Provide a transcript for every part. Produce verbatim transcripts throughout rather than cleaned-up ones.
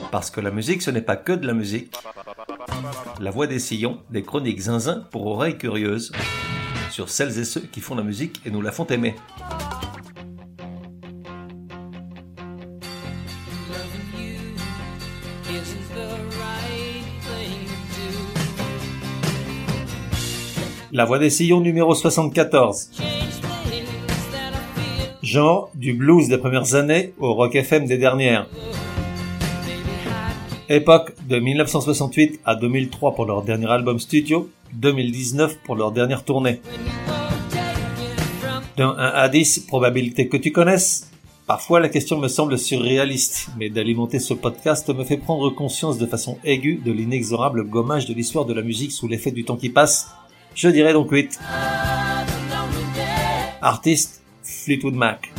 Parce que la musique, ce n'est pas que de la musique. La Voix des Sillons, des chroniques zinzin pour oreilles curieuses, sur celles et ceux qui font la musique et nous la font aimer. La Voix des Sillons numéro soixante-quatorze. Genre du blues des premières années au rock F M des dernières. Époque de mille neuf cent soixante-huit à deux mille trois pour leur dernier album studio, deux mille dix-neuf pour leur dernière tournée. D'un un à dix, probabilité que tu connaisses. Parfois la question me semble surréaliste, mais d'alimenter ce podcast me fait prendre conscience de façon aiguë de l'inexorable gommage de l'histoire de la musique sous l'effet du temps qui passe. Je dirais donc huit. Artiste, Fleetwood Mac.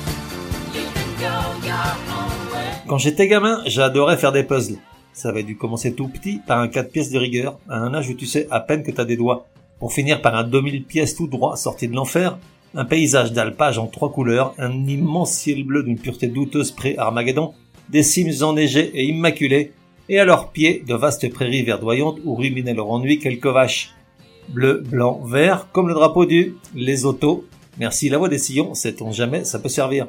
Quand j'étais gamin, j'adorais faire des puzzles. Ça avait dû commencer tout petit par un quatre pièces de rigueur, à un âge où tu sais à peine que t'as des doigts, pour finir par un deux mille pièces tout droit sorti de l'enfer, un paysage d'alpage en trois couleurs, un immense ciel bleu d'une pureté douteuse pré-Armageddon, des cimes enneigées et immaculées, et à leurs pieds, de vastes prairies verdoyantes où ruminaient leur ennui quelques vaches. Bleu, blanc, vert, comme le drapeau du Lesotho. Merci la Voix des Sillons, sait-on jamais, ça peut servir.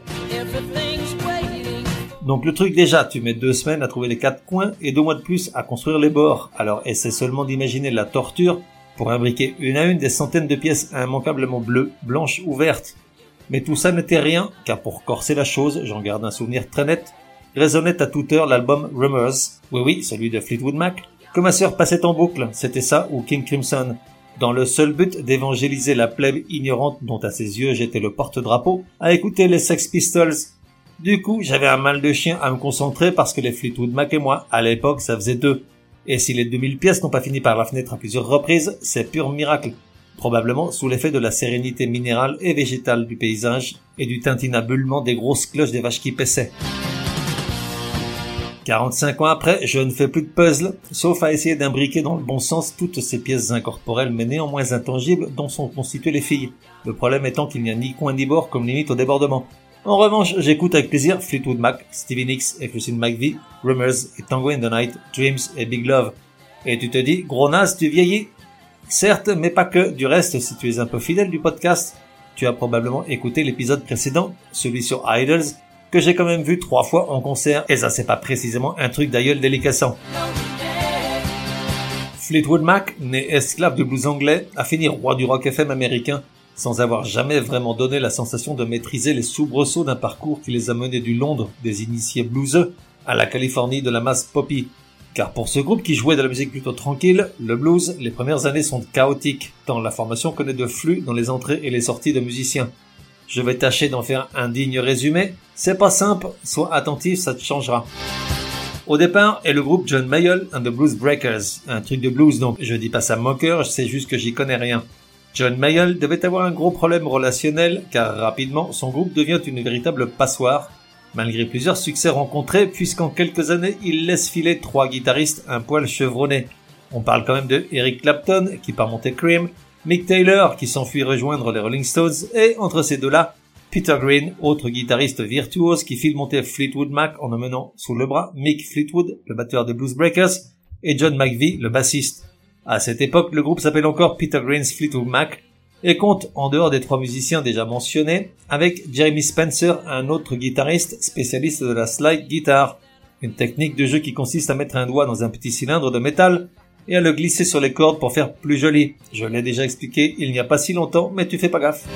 Donc le truc déjà, tu mets deux semaines à trouver les quatre coins et deux mois de plus à construire les bords. Alors essaie seulement d'imaginer la torture pour imbriquer une à une des centaines de pièces immanquablement bleues, blanches ou vertes. Mais tout ça n'était rien, car pour corser la chose, j'en garde un souvenir très net, résonnait à toute heure l'album Rumours, oui oui, celui de Fleetwood Mac, que ma sœur passait en boucle, c'était ça ou King Crimson, dans le seul but d'évangéliser la plèbe ignorante dont à ses yeux j'étais le porte-drapeau, à écouter les Sex Pistols. Du coup, j'avais un mal de chien à me concentrer parce que les Fleetwood Mac et moi, à l'époque, ça faisait deux. Et si les deux mille pièces n'ont pas fini par la fenêtre à plusieurs reprises, c'est pur miracle. Probablement sous l'effet de la sérénité minérale et végétale du paysage et du tintinabullement des grosses cloches des vaches qui paissaient. quarante-cinq ans après, je ne fais plus de puzzle, sauf à essayer d'imbriquer dans le bon sens toutes ces pièces incorporelles mais néanmoins intangibles dont sont constituées les filles. Le problème étant qu'il n'y a ni coin ni bord comme limite au débordement. En revanche, j'écoute avec plaisir Fleetwood Mac, Stevie Nicks et Christine McVie, Rumours et Tango in the Night, Dreams et Big Love. Et tu te dis, gros naze, tu vieillis. Certes, mais pas que. Du reste, si tu es un peu fidèle du podcast, tu as probablement écouté l'épisode précédent, celui sur Idols, que j'ai quand même vu trois fois en concert, et ça c'est pas précisément un truc d'aïeul délicassant. Fleetwood Mac, né esclave du blues anglais, a fini roi du rock F M américain, sans avoir jamais vraiment donné la sensation de maîtriser les soubresauts d'un parcours qui les a menés du Londres des initiés blueseux à la Californie de la masse poppy. Car pour ce groupe qui jouait de la musique plutôt tranquille, le blues, les premières années sont chaotiques, tant la formation connaît de flux dans les entrées et les sorties de musiciens. Je vais tâcher d'en faire un digne résumé. C'est pas simple, sois attentif, ça te changera. Au départ est le groupe John Mayall and the Blues Breakers, un truc de blues donc, je dis pas ça moqueur, je sais juste que j'y connais rien. John Mayall devait avoir un gros problème relationnel car rapidement son groupe devient une véritable passoire, malgré plusieurs succès rencontrés puisqu'en quelques années il laisse filer trois guitaristes un poil chevronnés. On parle quand même de Eric Clapton qui part monter Cream, Mick Taylor qui s'enfuit rejoindre les Rolling Stones et entre ces deux-là, Peter Green, autre guitariste virtuose qui file monter Fleetwood Mac en emmenant sous le bras Mick Fleetwood, le batteur des Blues Breakers, et John McVie, le bassiste. À cette époque, le groupe s'appelle encore Peter Green's Fleetwood Mac et compte, en dehors des trois musiciens déjà mentionnés, avec Jeremy Spencer, un autre guitariste spécialiste de la slide guitar, une technique de jeu qui consiste à mettre un doigt dans un petit cylindre de métal et à le glisser sur les cordes pour faire plus joli. Je l'ai déjà expliqué il n'y a pas si longtemps, mais tu fais pas gaffe.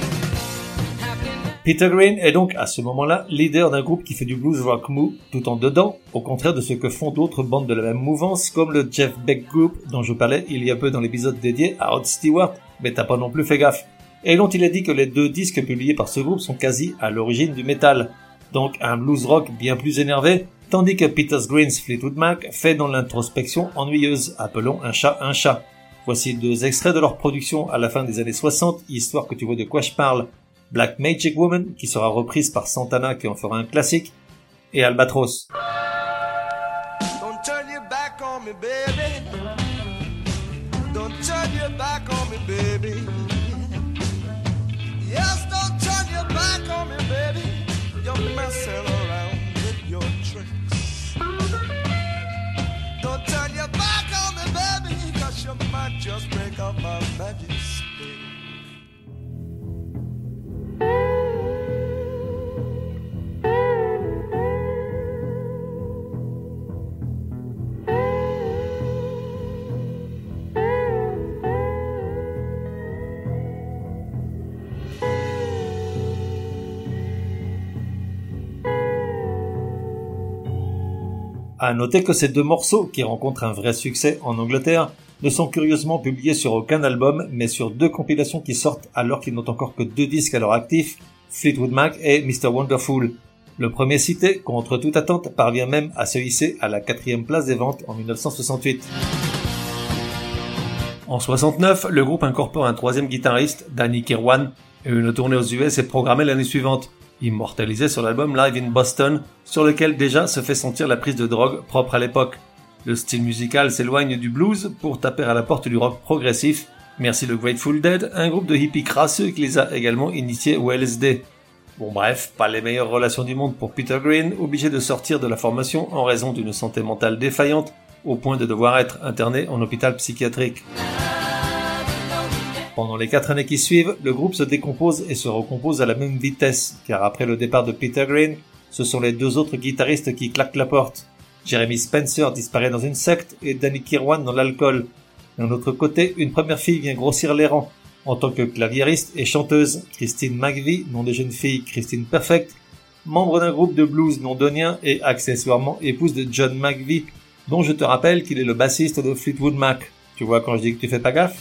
Peter Green est donc à ce moment-là leader d'un groupe qui fait du blues rock mou tout en dedans, au contraire de ce que font d'autres bandes de la même mouvance comme le Jeff Beck Group dont je parlais il y a peu dans l'épisode dédié à Rod Stewart, mais t'as pas non plus fait gaffe, et dont il a dit que les deux disques publiés par ce groupe sont quasi à l'origine du métal, donc un blues rock bien plus énervé, tandis que Peter Green's Fleetwood Mac fait dans l'introspection ennuyeuse, appelons un chat un chat. Voici deux extraits de leur production à la fin des années soixante, histoire que tu vois de quoi je parle. Black Magic Woman, qui sera reprise par Santana qui en fera un classique, et Albatros. Don't turn your back on me, baby. Don't turn your back on me, baby. Yes, don't turn your back on me, baby. You're messing around with your tricks. À noter que ces deux morceaux, qui rencontrent un vrai succès en Angleterre, ne sont curieusement publiés sur aucun album, mais sur deux compilations qui sortent alors qu'ils n'ont encore que deux disques à leur actif, Fleetwood Mac et mister Wonderful. Le premier cité, contre toute attente, parvient même à se hisser à la quatrième place des ventes en dix-neuf cent soixante-huit. En soixante-neuf, le groupe incorpore un troisième guitariste, Danny Kirwan, et une tournée aux U S est programmée l'année suivante, immortalisée sur l'album Live in Boston, sur lequel déjà se fait sentir la prise de drogue propre à l'époque. Le style musical s'éloigne du blues pour taper à la porte du rock progressif. Merci le Grateful Dead, un groupe de hippies crasseux qui les a également initiés au L S D. Bon bref, pas les meilleures relations du monde pour Peter Green, obligé de sortir de la formation en raison d'une santé mentale défaillante, au point de devoir être interné en hôpital psychiatrique. Pendant les quatre années qui suivent, le groupe se décompose et se recompose à la même vitesse, car après le départ de Peter Green, ce sont les deux autres guitaristes qui claquent la porte. Jeremy Spencer disparaît dans une secte et Danny Kirwan dans l'alcool. D'un autre côté, une première fille vient grossir les rangs. En tant que claviériste et chanteuse, Christine McVie, nom de jeune fille Christine Perfect, membre d'un groupe de blues londonien et accessoirement épouse de John McVie, dont je te rappelle qu'il est le bassiste de Fleetwood Mac. Tu vois quand je dis que tu fais pas gaffe ?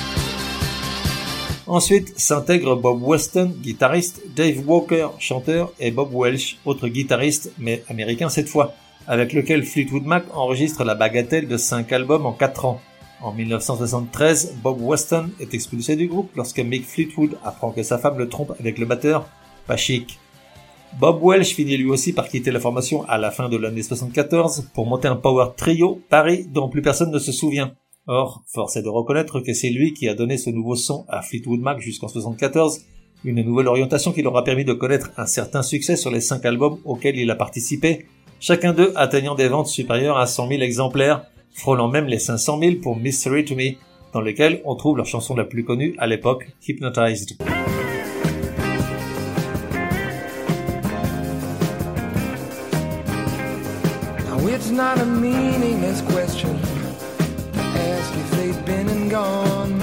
Ensuite s'intègrent Bob Weston, guitariste, Dave Walker, chanteur, et Bob Welch, autre guitariste, mais américain cette fois, avec lequel Fleetwood Mac enregistre la bagatelle de cinq albums en quatre ans. En dix-neuf cent soixante-treize, Bob Weston est expulsé du groupe lorsque Mick Fleetwood apprend que sa femme le trompe avec le batteur, pas chic. Bob Welch finit lui aussi par quitter la formation à la fin de l'année soixante-quatorze pour monter un power trio, Paris, dont plus personne ne se souvient. Or, force est de reconnaître que c'est lui qui a donné ce nouveau son à Fleetwood Mac jusqu'en soixante-quatorze, une nouvelle orientation qui leur a permis de connaître un certain succès sur les cinq albums auxquels il a participé, chacun d'eux atteignant des ventes supérieures à cent mille exemplaires, frôlant même les cinq cent mille pour Mystery to Me, dans lequel on trouve leur chanson la plus connue à l'époque, Hypnotized. Now it's not a meaningless question to ask if they've been and gone.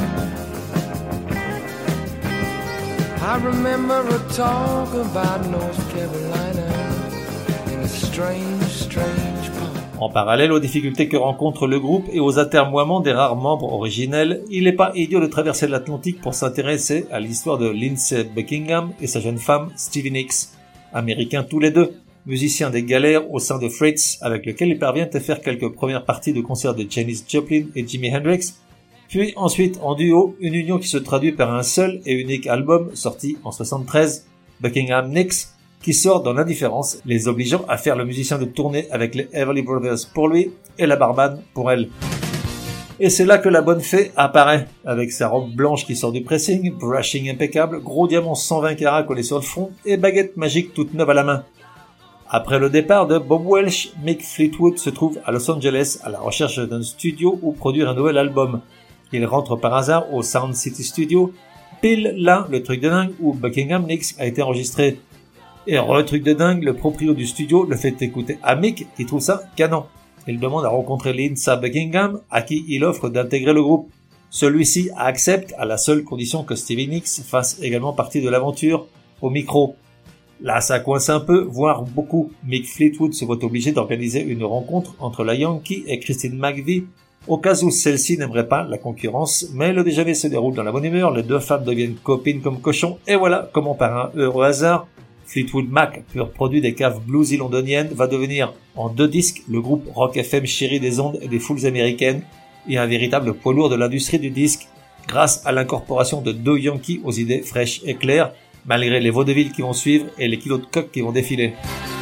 I remember a talk about North Carolina in a strange, strange pond. En parallèle aux difficultés que rencontre le groupe et aux atermoiements des rares membres originels, il n'est pas idiot de traverser l'Atlantique pour s'intéresser à l'histoire de Lindsey Buckingham et sa jeune femme Stevie Nicks, américains tous les deux, musiciens des galères au sein de Fritz, avec lequel il parvient à faire quelques premières parties de concerts de Janis Joplin et Jimi Hendrix, puis ensuite en duo, une union qui se traduit par un seul et unique album sorti en soixante-treize, Buckingham Nicks, qui sort dans l'indifférence, les obligeant à faire le musicien de tournée avec les Everly Brothers pour lui et la barman pour elle. Et c'est là que la bonne fée apparaît, avec sa robe blanche qui sort du pressing, brushing impeccable, gros diamant cent vingt carats collé sur le front et baguette magique toute neuve à la main. Après le départ de Bob Welch, Mick Fleetwood se trouve à Los Angeles à la recherche d'un studio où produire un nouvel album. Il rentre par hasard au Sound City Studio, pile là, le truc de dingue, où Buckingham Nicks a été enregistré. Et re truc de dingue, le proprio du studio le fait écouter à Mick, qui trouve ça canon. Il demande à rencontrer Lindsey Buckingham, à qui il offre d'intégrer le groupe. Celui-ci accepte à la seule condition que Stevie Nicks fasse également partie de l'aventure, au micro. Là, ça coince un peu, voire beaucoup. Mick Fleetwood se voit obligé d'organiser une rencontre entre la Yankee et Christine McVie, au cas où celle-ci n'aimerait pas la concurrence, mais le déjeuner se déroule dans la bonne humeur, les deux femmes deviennent copines comme cochons, et voilà comment par un heureux hasard, Fleetwood Mac, pur produit des caves bluesy londoniennes, va devenir, en deux disques, le groupe rock F M chéri des ondes et des foules américaines, et un véritable poids lourd de l'industrie du disque, grâce à l'incorporation de deux Yankees aux idées fraîches et claires, malgré les vaudevilles qui vont suivre et les kilos de coke qui vont défiler.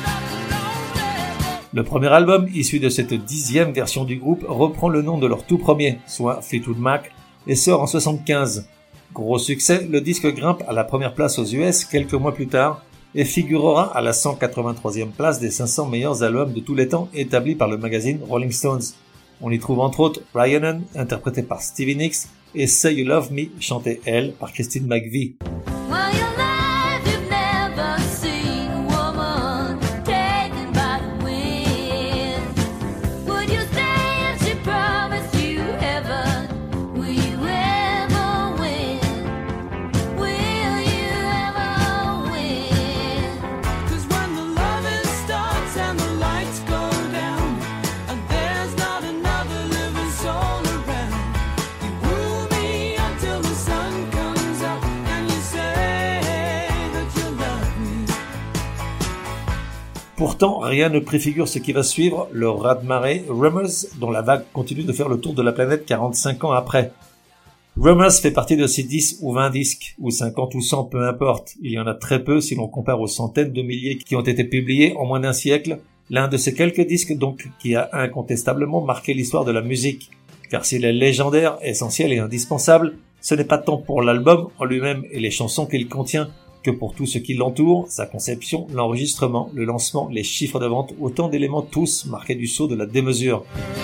Le premier album, issu de cette dixième version du groupe, reprend le nom de leur tout premier, soit Fleetwood Mac, et sort en soixante-quinze. Gros succès, le disque grimpe à la première place aux U S quelques mois plus tard, et figurera à la cent quatre-vingt-troisième place des cinq cents meilleurs albums de tous les temps établis par le magazine Rolling Stones. On y trouve entre autres Rhiannon, interprété par Stevie Nicks, et Say You Love Me, chantée elle par Christine McVie. Pourtant, rien ne préfigure ce qui va suivre, le raz-de-marée Rumours, dont la vague continue de faire le tour de la planète quarante-cinq ans après. Rumours fait partie de ces dix ou vingt disques, ou cinquante ou cent, peu importe. Il y en a très peu si l'on compare aux centaines de milliers qui ont été publiés en moins d'un siècle. L'un de ces quelques disques donc qui a incontestablement marqué l'histoire de la musique. Car s'il est légendaire, essentiel et indispensable, ce n'est pas tant pour l'album en lui-même et les chansons qu'il contient, que pour tout ce qui l'entoure, sa conception, l'enregistrement, le lancement, les chiffres de vente, autant d'éléments tous marqués du sceau de la démesure.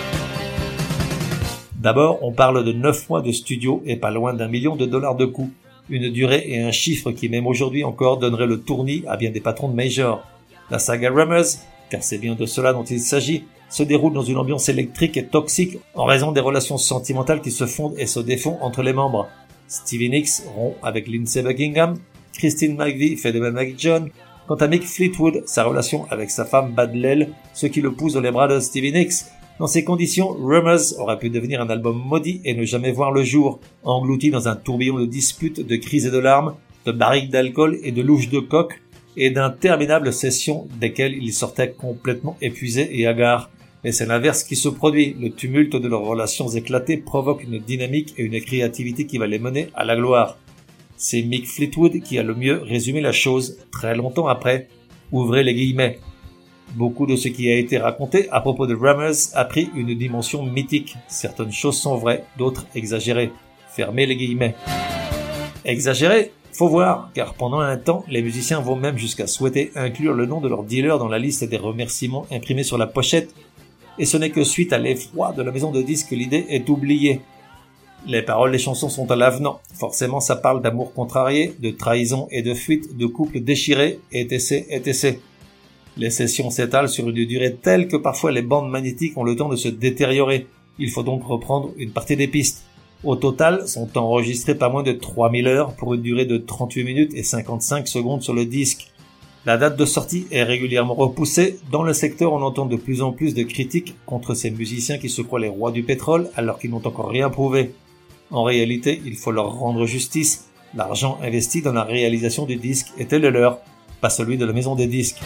D'abord, on parle de neuf mois de studio et pas loin d'un million de dollars de coûts. Une durée et un chiffre qui même aujourd'hui encore donnerait le tournis à bien des patrons de major. La saga Rumours, car c'est bien de cela dont il s'agit, se déroule dans une ambiance électrique et toxique en raison des relations sentimentales qui se fondent et se défont entre les membres. Stevie Nicks rompt avec Lindsey Buckingham, Christine McVie fait de même avec John. Quant à Mick Fleetwood, sa relation avec sa femme bat de l'aile, ce qui le pousse dans les bras de Stevie Nicks. Dans ces conditions, Rumours aurait pu devenir un album maudit et ne jamais voir le jour, englouti dans un tourbillon de disputes, de crises et de larmes, de barriques d'alcool et de louches de coke, et d'interminables sessions desquelles il sortait complètement épuisé et hagard. Mais c'est l'inverse qui se produit. Le tumulte de leurs relations éclatées provoque une dynamique et une créativité qui va les mener à la gloire. C'est Mick Fleetwood qui a le mieux résumé la chose, très longtemps après. Ouvrez les guillemets. Beaucoup de ce qui a été raconté à propos de Rumours a pris une dimension mythique. Certaines choses sont vraies, d'autres exagérées. Fermez les guillemets. Exagérées ? Faut voir, car pendant un temps, les musiciens vont même jusqu'à souhaiter inclure le nom de leur dealer dans la liste des remerciements imprimés sur la pochette. Et ce n'est que suite à l'effroi de la maison de disques que l'idée est oubliée. Les paroles des chansons sont à l'avenant. Forcément, ça parle d'amour contrarié, de trahison et de fuite, de couples déchirés, et cetera, et cetera. Les sessions s'étalent sur une durée telle que parfois les bandes magnétiques ont le temps de se détériorer. Il faut donc reprendre une partie des pistes. Au total, sont enregistrées pas moins de trois mille heures pour une durée de trente-huit minutes et cinquante-cinq secondes sur le disque. La date de sortie est régulièrement repoussée. Dans le secteur, on entend de plus en plus de critiques contre ces musiciens qui se croient les rois du pétrole alors qu'ils n'ont encore rien prouvé. En réalité, il faut leur rendre justice. L'argent investi dans la réalisation du disque était le leur, pas celui de la maison des disques.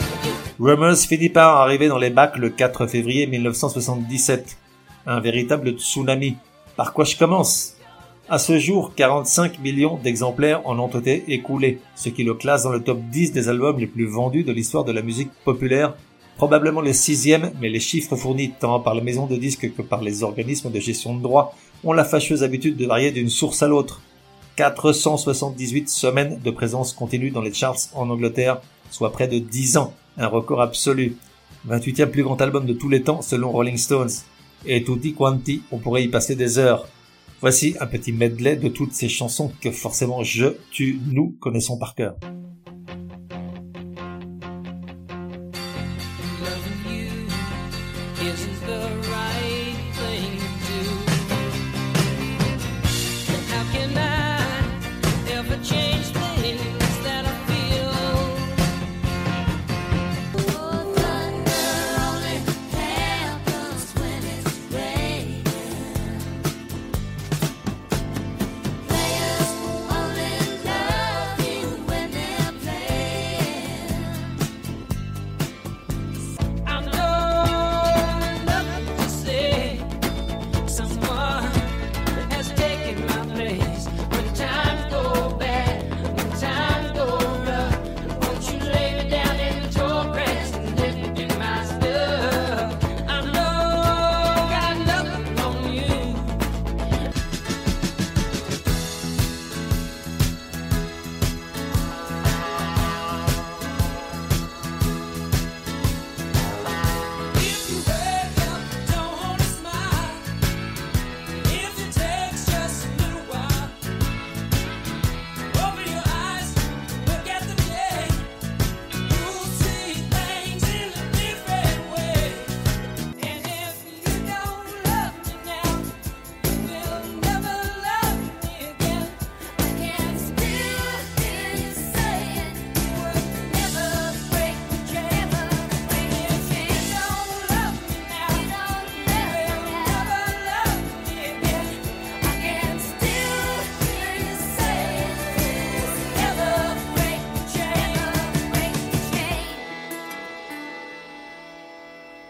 Rumours finit par arriver dans les bacs le quatre février mille neuf cent soixante-dix-sept. Un véritable tsunami. Par quoi je commence ? À ce jour, quarante-cinq millions d'exemplaires en ont été écoulés, ce qui le classe dans le top dix des albums les plus vendus de l'histoire de la musique populaire, probablement le sixième, mais les chiffres fournis tant par la maison de disques que par les organismes de gestion de droits ont la fâcheuse habitude de varier d'une source à l'autre. quatre cent soixante-dix-huit semaines de présence continue dans les charts en Angleterre, soit près de dix ans, un record absolu. vingt-huitième plus grand album de tous les temps selon Rolling Stones. Et tutti quanti, on pourrait y passer des heures. Voici un petit medley de toutes ces chansons que forcément je, tu, nous connaissons par cœur.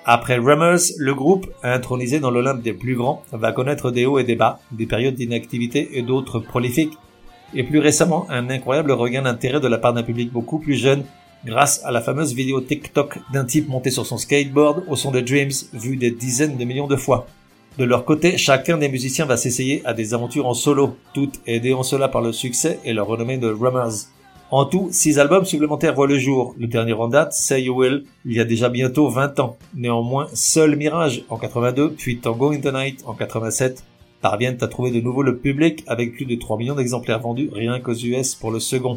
Après Rummers, le groupe, intronisé dans l'Olympe des plus grands, va connaître des hauts et des bas, des périodes d'inactivité et d'autres prolifiques, et plus récemment un incroyable regain d'intérêt de la part d'un public beaucoup plus jeune, grâce à la fameuse vidéo TikTok d'un type monté sur son skateboard au son de Dreams, vu des dizaines de millions de fois. De leur côté, chacun des musiciens va s'essayer à des aventures en solo, toutes aidées en cela par le succès et leur renommée de Rummers. En tout, six albums supplémentaires voient le jour. Le dernier en date, Say You Will, il y a déjà bientôt vingt ans. Néanmoins, seul Mirage en quatre-vingt-deux, puis Tango in the Night en quatre-vingt-sept, parviennent à trouver de nouveau le public avec plus de trois millions d'exemplaires vendus rien qu'aux U S pour le second.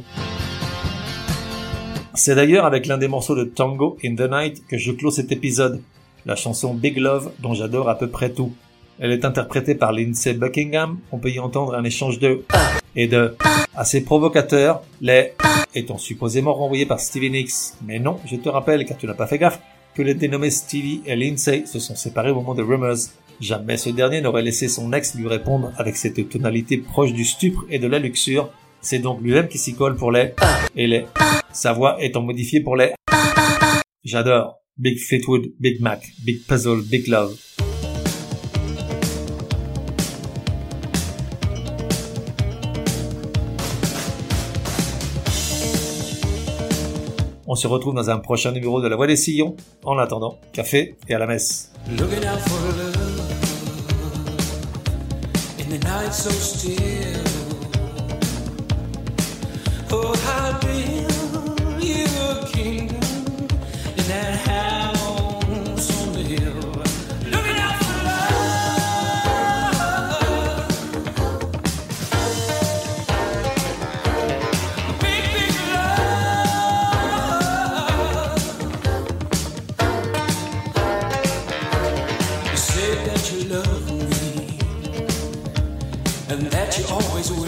C'est d'ailleurs avec l'un des morceaux de Tango in the Night que je clôt cet épisode, la chanson Big Love dont j'adore à peu près tout. Elle est interprétée par Lindsey Buckingham, on peut y entendre un échange de et de assez provocateur, les étant supposément renvoyés par Stevie Nicks. Mais non, je te rappelle, car tu n'as pas fait gaffe, que les dénommés Stevie et Lindsey se sont séparés au moment de Rummers. Jamais ce dernier n'aurait laissé son ex lui répondre avec cette tonalité proche du stupre et de la luxure. C'est donc lui-même qui s'y colle pour les et les. Sa voix étant modifiée pour les. J'adore. Big Fleetwood, Big Mac, Big Puzzle, Big Love. On se retrouve dans un prochain numéro de La Voix des Sillons. En attendant, café et à la messe. Looking out for love in the night so still. Oh, how build you a kingdom in that house on the hill. Looking out for love, big, big love. You said that you love me and that you always will.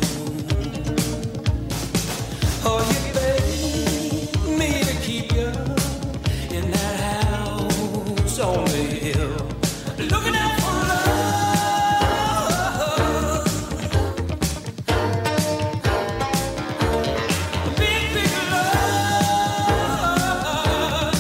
Oh, you begged me to keep you in that house on the hill. Looking out for love, big, big love.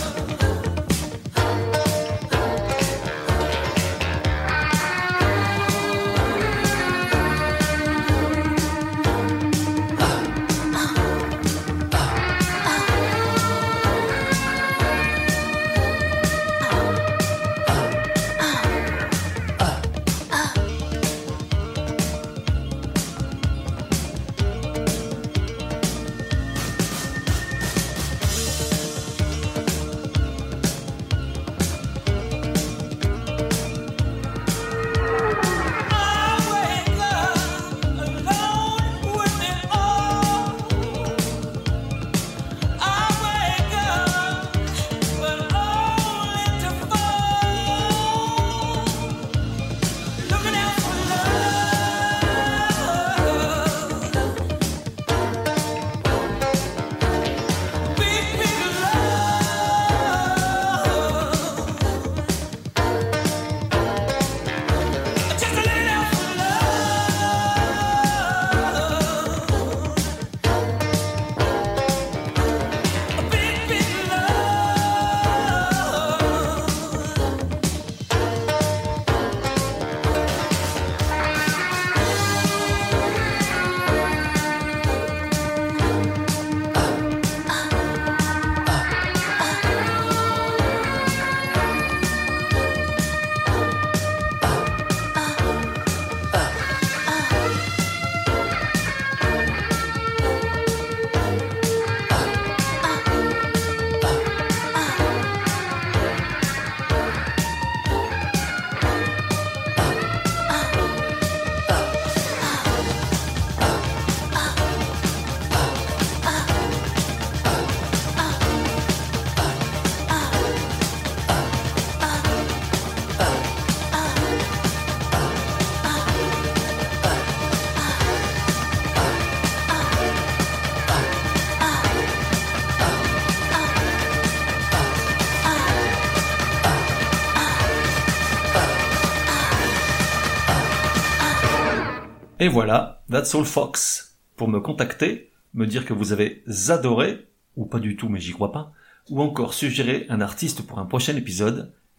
Et voilà, that's all folks. Pour me contacter, me dire que vous avez adoré, ou pas du tout mais j'y crois pas, ou encore suggérer un artiste pour un prochain épisode,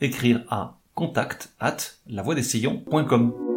écrire à contact at la voix des sillons point com.